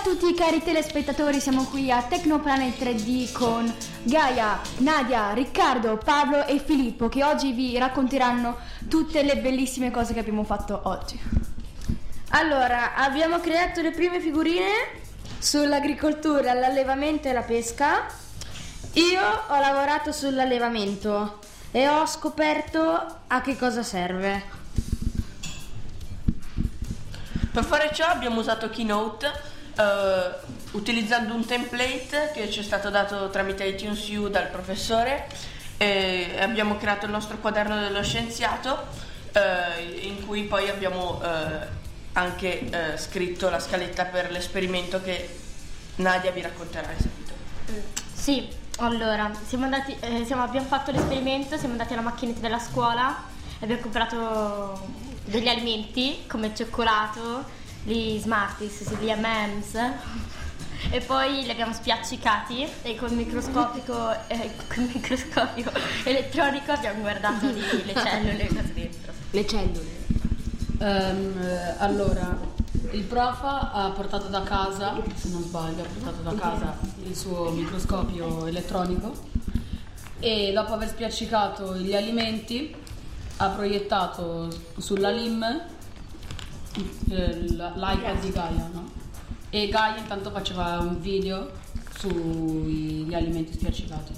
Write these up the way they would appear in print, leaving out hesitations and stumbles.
tutti cari telespettatori, siamo qui a Tecnoplanet 3D con Gaia, Nadia, Riccardo, Pablo e Filippo, che oggi vi racconteranno tutte le bellissime cose che abbiamo fatto oggi. Allora, abbiamo creato le prime figurine sull'agricoltura, l'allevamento e la pesca. Io ho lavorato sull'allevamento e ho scoperto a che cosa serve. Per fare ciò abbiamo usato Keynote utilizzando un template che ci è stato dato tramite iTunes U dal professore, e abbiamo creato il nostro quaderno dello scienziato in cui poi abbiamo anche scritto la scaletta per l'esperimento che Nadia vi racconterà in seguito. Sì, allora abbiamo fatto l'esperimento, siamo andati alla macchinetta della scuola e abbiamo comprato degli alimenti come il cioccolato, gli Smarties, gli M&M's, e poi li abbiamo spiaccicati e con il microscopio elettronico abbiamo guardato le cellule cosa dentro. Le cellule. Allora, il prof ha portato da casa, se non sbaglio, il suo microscopio elettronico e dopo aver spiaccicato gli alimenti ha proiettato sulla LIM l'iPad di Gaia, no? E Gaia intanto faceva un video sugli alimenti spiaccicati.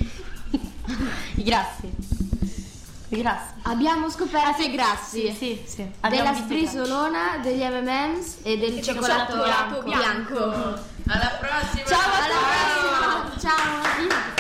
I grassi. Abbiamo scoperto i grassi. Sì. Della sbrisolona, degli M&M's e del cioccolato bianco. Alla prossima! Ciao a tutti! Ciao!